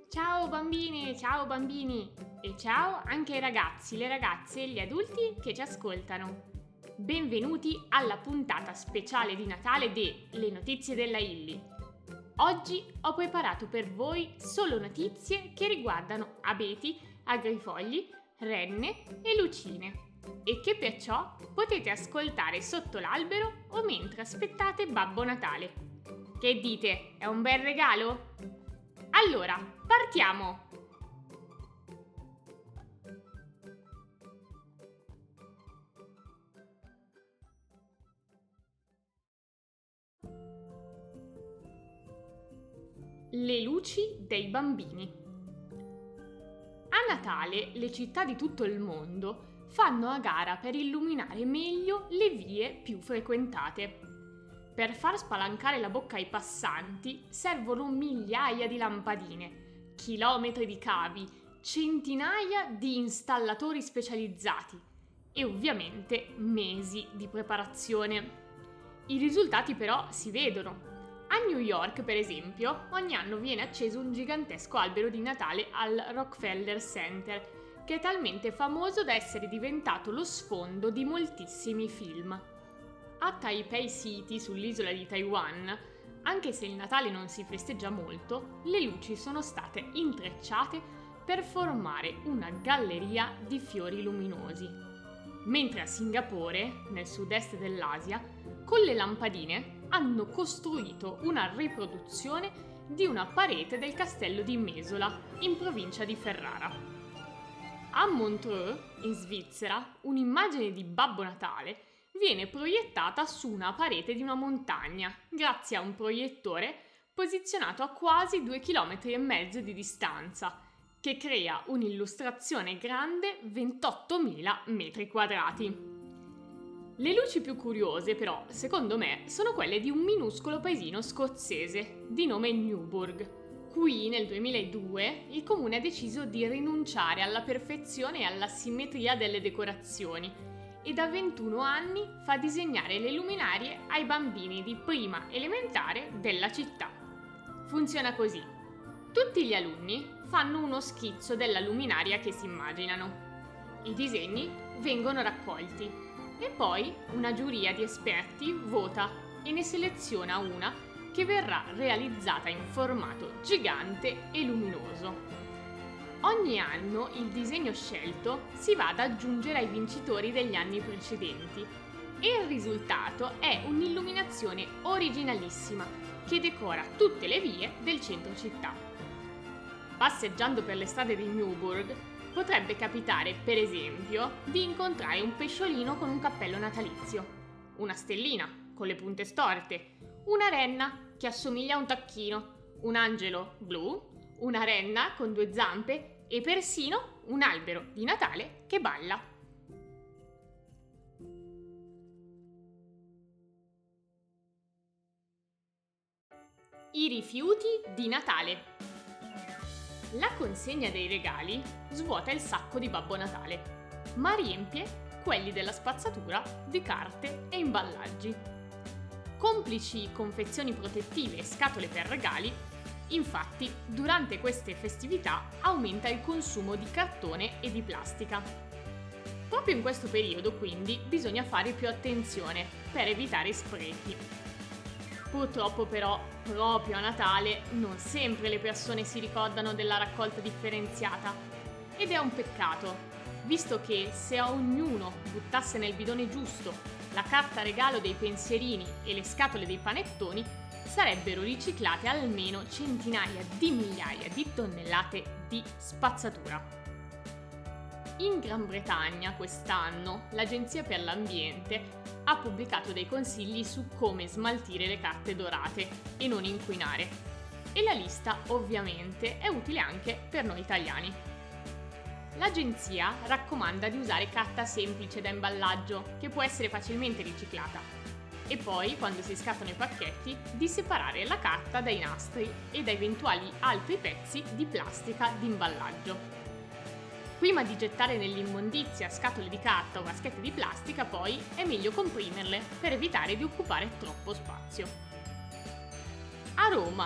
Ciao bambine, ciao bambini e ciao anche ai ragazzi, le ragazze e gli adulti che ci ascoltano. Benvenuti alla puntata speciale di Natale di Le notizie della Illy. Oggi ho preparato per voi solo notizie che riguardano abeti, agrifogli, renne e lucine e che perciò potete ascoltare sotto l'albero o mentre aspettate Babbo Natale. Che dite? È un bel regalo? Allora, partiamo! Le luci dei bambini. A Natale le città di tutto il mondo fanno a gara per illuminare meglio le vie più frequentate. Per far spalancare la bocca ai passanti servono migliaia di lampadine, chilometri di cavi, centinaia di installatori specializzati e ovviamente mesi di preparazione. I risultati però si vedono. A New York, per esempio, ogni anno viene acceso un gigantesco albero di Natale al Rockefeller Center, che è talmente famoso da essere diventato lo sfondo di moltissimi film. A Taipei City, sull'isola di Taiwan, anche se il Natale non si festeggia molto, le luci sono state intrecciate per formare una galleria di fiori luminosi. Mentre a Singapore, nel sud-est dell'Asia, con le lampadine hanno costruito una riproduzione di una parete del castello di Mesola, in provincia di Ferrara. A Montreux, in Svizzera, un'immagine di Babbo Natale viene proiettata su una parete di una montagna, grazie a un proiettore posizionato a quasi 2,5 km di distanza, che crea un'illustrazione grande 28.000 metri quadrati. Le luci più curiose, però, secondo me, sono quelle di un minuscolo paesino scozzese, di nome Newburgh. Qui, nel 2002, il comune ha deciso di rinunciare alla perfezione e alla simmetria delle decorazioni e da 21 anni fa disegnare le luminarie ai bambini di prima elementare della città. Funziona così. Tutti gli alunni fanno uno schizzo della luminaria che si immaginano. I disegni vengono raccolti e poi una giuria di esperti vota e ne seleziona una che verrà realizzata in formato gigante e luminoso. Ogni anno il disegno scelto si va ad aggiungere ai vincitori degli anni precedenti e il risultato è un'illuminazione originalissima che decora tutte le vie del centro città. Passeggiando per le strade di Newburgh potrebbe capitare, per esempio, di incontrare un pesciolino con un cappello natalizio, una stellina con le punte storte, una renna che assomiglia a un tacchino, un angelo blu, una renna con 2 zampe e persino un albero di Natale che balla. I rifiuti di Natale. La consegna dei regali svuota il sacco di Babbo Natale, ma riempie quelli della spazzatura di carte e imballaggi. Complici confezioni protettive e scatole per regali, infatti, durante queste festività aumenta il consumo di cartone e di plastica. Proprio in questo periodo, quindi, bisogna fare più attenzione per evitare sprechi. Purtroppo però, proprio a Natale, non sempre le persone si ricordano della raccolta differenziata. Ed è un peccato, visto che se ognuno buttasse nel bidone giusto la carta regalo dei pensierini e le scatole dei panettoni, sarebbero riciclate almeno centinaia di migliaia di tonnellate di spazzatura. In Gran Bretagna quest'anno l'Agenzia per l'Ambiente ha pubblicato dei consigli su come smaltire le carte dorate e non inquinare. E la lista ovviamente è utile anche per noi italiani. L'agenzia raccomanda di usare carta semplice da imballaggio che può essere facilmente riciclata e poi, quando si scattano i pacchetti, di separare la carta dai nastri e da eventuali altri pezzi di plastica di imballaggio. Prima di gettare nell'immondizia scatole di carta o vaschette di plastica, poi, è meglio comprimerle per evitare di occupare troppo spazio. A Roma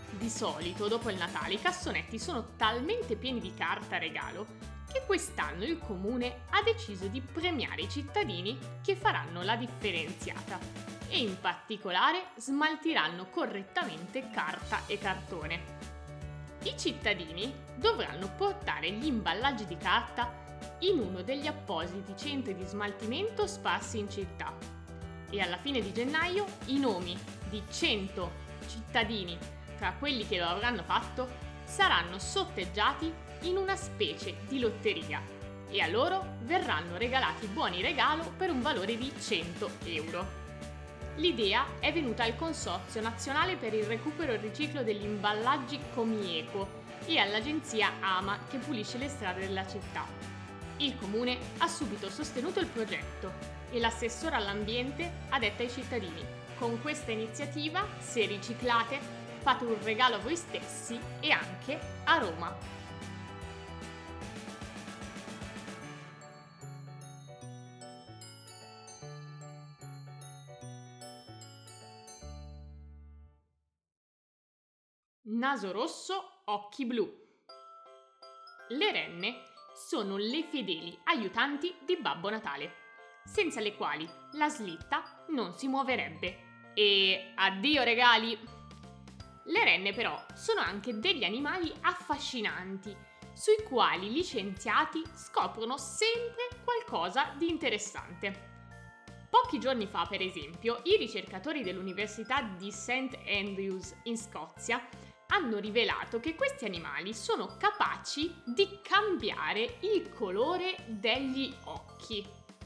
Di solito, dopo il Natale, i cassonetti sono talmente pieni di carta regalo che quest'anno il comune ha deciso di premiare i cittadini che faranno la differenziata e in particolare smaltiranno correttamente carta e cartone. I cittadini dovranno portare gli imballaggi di carta in uno degli appositi centri di smaltimento sparsi in città e alla fine di gennaio i nomi di 100 cittadini tra quelli che lo avranno fatto saranno sorteggiati in una specie di lotteria e a loro verranno regalati buoni regalo per un valore di 100 euro. L'idea è venuta al Consorzio Nazionale per il Recupero e il Riciclo degli Imballaggi Comieco e all'agenzia AMA che pulisce le strade della città. Il comune ha subito sostenuto il progetto e l'assessore all'ambiente ha detto ai cittadini: con questa iniziativa, se riciclate, fate un regalo a voi stessi e anche a Roma. Naso rosso, occhi blu. Le renne sono le fedeli aiutanti di Babbo Natale, senza le quali la slitta non si muoverebbe. E addio regali! Le renne però sono anche degli animali affascinanti, sui quali gli scienziati scoprono sempre qualcosa di interessante. Pochi giorni fa, per esempio, i ricercatori dell'Università di St. Andrews in Scozia hanno rivelato che questi animali sono capaci di cambiare il colore degli occhi.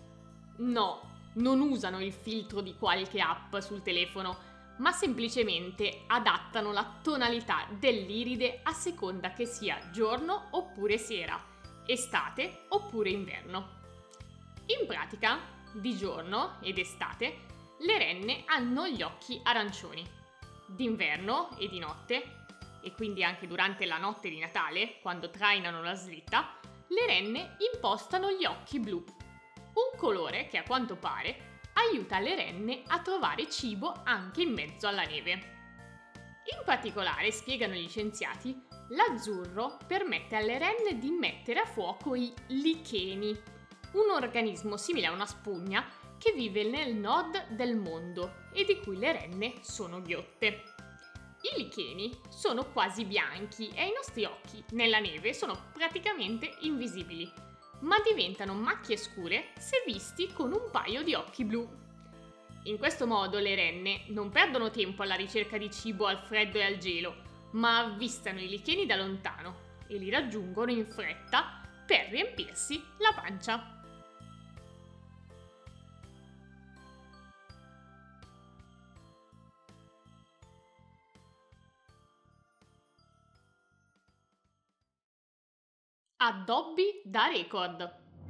No, non usano il filtro di qualche app sul telefono, ma semplicemente adattano la tonalità dell'iride a seconda che sia giorno oppure sera, estate oppure inverno. In pratica, di giorno ed estate, le renne hanno gli occhi arancioni. D'inverno e di notte, e quindi anche durante la notte di Natale, quando trainano la slitta, le renne impostano gli occhi blu. Un colore che a quanto pare aiuta le renne a trovare cibo anche in mezzo alla neve. In particolare, spiegano gli scienziati, l'azzurro permette alle renne di mettere a fuoco i licheni, un organismo simile a una spugna che vive nel nord del mondo e di cui le renne sono ghiotte. I licheni sono quasi bianchi e ai nostri occhi, nella neve, sono praticamente invisibili, ma diventano macchie scure se visti con un paio di occhi blu. In questo modo le renne non perdono tempo alla ricerca di cibo al freddo e al gelo, ma avvistano i licheni da lontano e li raggiungono in fretta per riempirsi la pancia. Addobbi da record.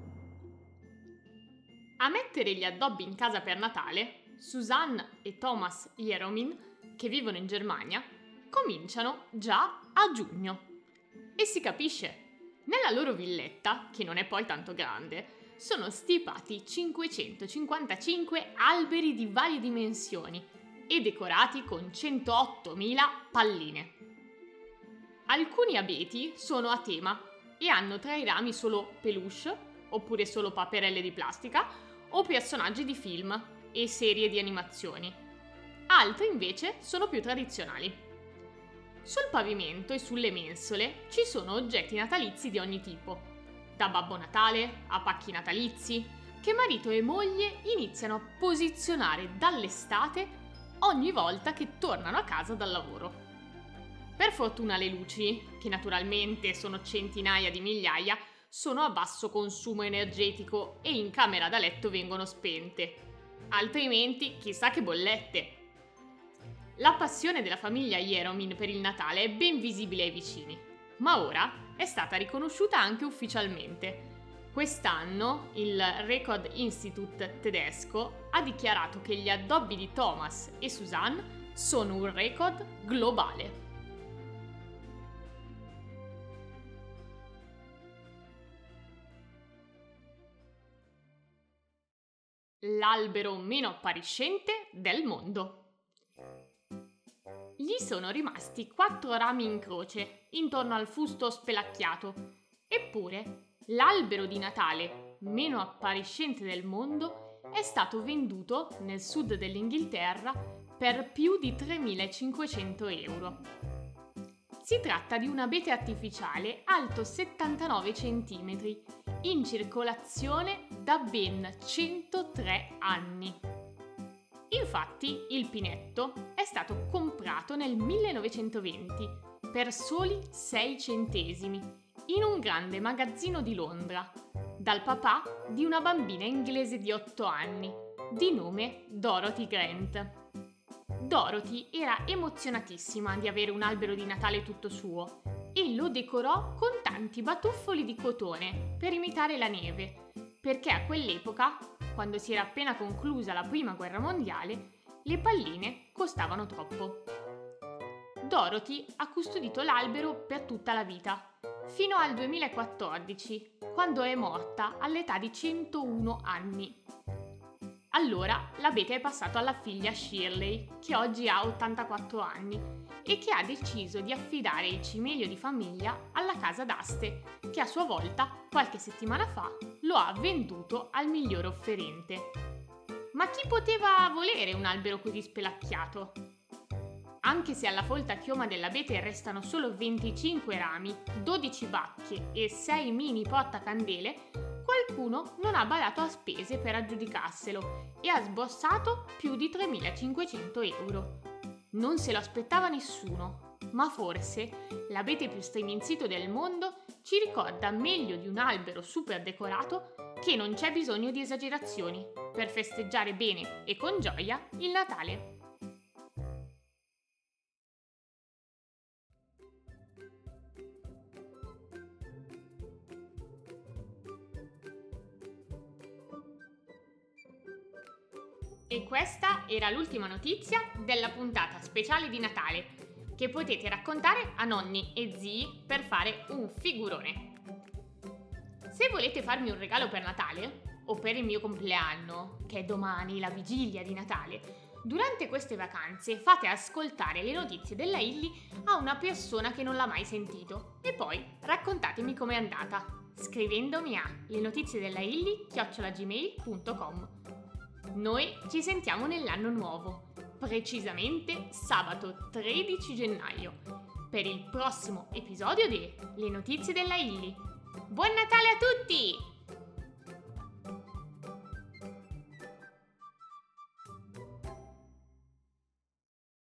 A mettere gli addobbi in casa per Natale, Suzanne e Thomas Hieromin, che vivono in Germania, cominciano già a giugno. E si capisce. Nella loro villetta, che non è poi tanto grande, sono stipati 555 alberi di varie dimensioni e decorati con 108.000 palline. Alcuni abeti sono a tema e hanno tra i rami solo peluche, oppure solo paperelle di plastica, o personaggi di film e serie di animazioni. Altri invece sono più tradizionali. Sul pavimento e sulle mensole ci sono oggetti natalizi di ogni tipo, da Babbo Natale a pacchi natalizi, che marito e moglie iniziano a posizionare dall'estate ogni volta che tornano a casa dal lavoro. Per fortuna le luci, che naturalmente sono centinaia di migliaia, sono a basso consumo energetico e in camera da letto vengono spente. Altrimenti, chissà che bollette! La passione della famiglia Hieromin per il Natale è ben visibile ai vicini, ma ora è stata riconosciuta anche ufficialmente. Quest'anno il Record Institute tedesco ha dichiarato che gli addobbi di Thomas e Suzanne sono un record globale. L'albero meno appariscente del mondo. Gli gli sono rimasti 4 rami in croce intorno al fusto spelacchiato. Eppure, l'albero di Natale meno appariscente del mondo è stato venduto nel sud dell'Inghilterra per più di 3.500 euro. Si tratta di un abete artificiale alto 79 cm, in circolazione da ben 103 anni. Infatti, il pinetto è stato comprato nel 1920 per soli 6 centesimi in un grande magazzino di Londra dal papà di una bambina inglese di 8 anni, di nome Dorothy Grant. Dorothy era emozionatissima di avere un albero di Natale tutto suo e lo decorò con tanti batuffoli di cotone per imitare la neve, perché a quell'epoca, quando si era appena conclusa la Prima Guerra Mondiale, le palline costavano troppo. Dorothy ha custodito l'albero per tutta la vita, fino al 2014, quando è morta all'età di 101 anni. Allora l'abete è passato alla figlia Shirley, che oggi ha 84 anni, e che ha deciso di affidare il cimelio di famiglia alla casa d'aste, che a sua volta, qualche settimana fa, lo ha venduto al miglior offerente. Ma chi poteva volere un albero così spelacchiato? Anche se alla folta chioma dell'abete restano solo 25 rami, 12 bacche e 6 mini portacandele, qualcuno non ha badato a spese per aggiudicarselo e ha sborsato più di 3.500 euro. Non se lo aspettava nessuno, ma forse l'abete più striminzito del mondo ci ricorda meglio di un albero super decorato che non c'è bisogno di esagerazioni per festeggiare bene e con gioia il Natale. E questa era l'ultima notizia della puntata speciale di Natale, che potete raccontare a nonni e zii per fare un figurone. Se volete farmi un regalo per Natale, o per il mio compleanno, che è domani, la vigilia di Natale, durante queste vacanze fate ascoltare le notizie della Illy a una persona che non l'ha mai sentito e poi raccontatemi com'è andata, scrivendomi a lenotiziedellailly@gmail.com. Noi ci sentiamo nell'anno nuovo, precisamente sabato 13 gennaio, per il prossimo episodio di Le notizie della Illy. Buon Natale a tutti!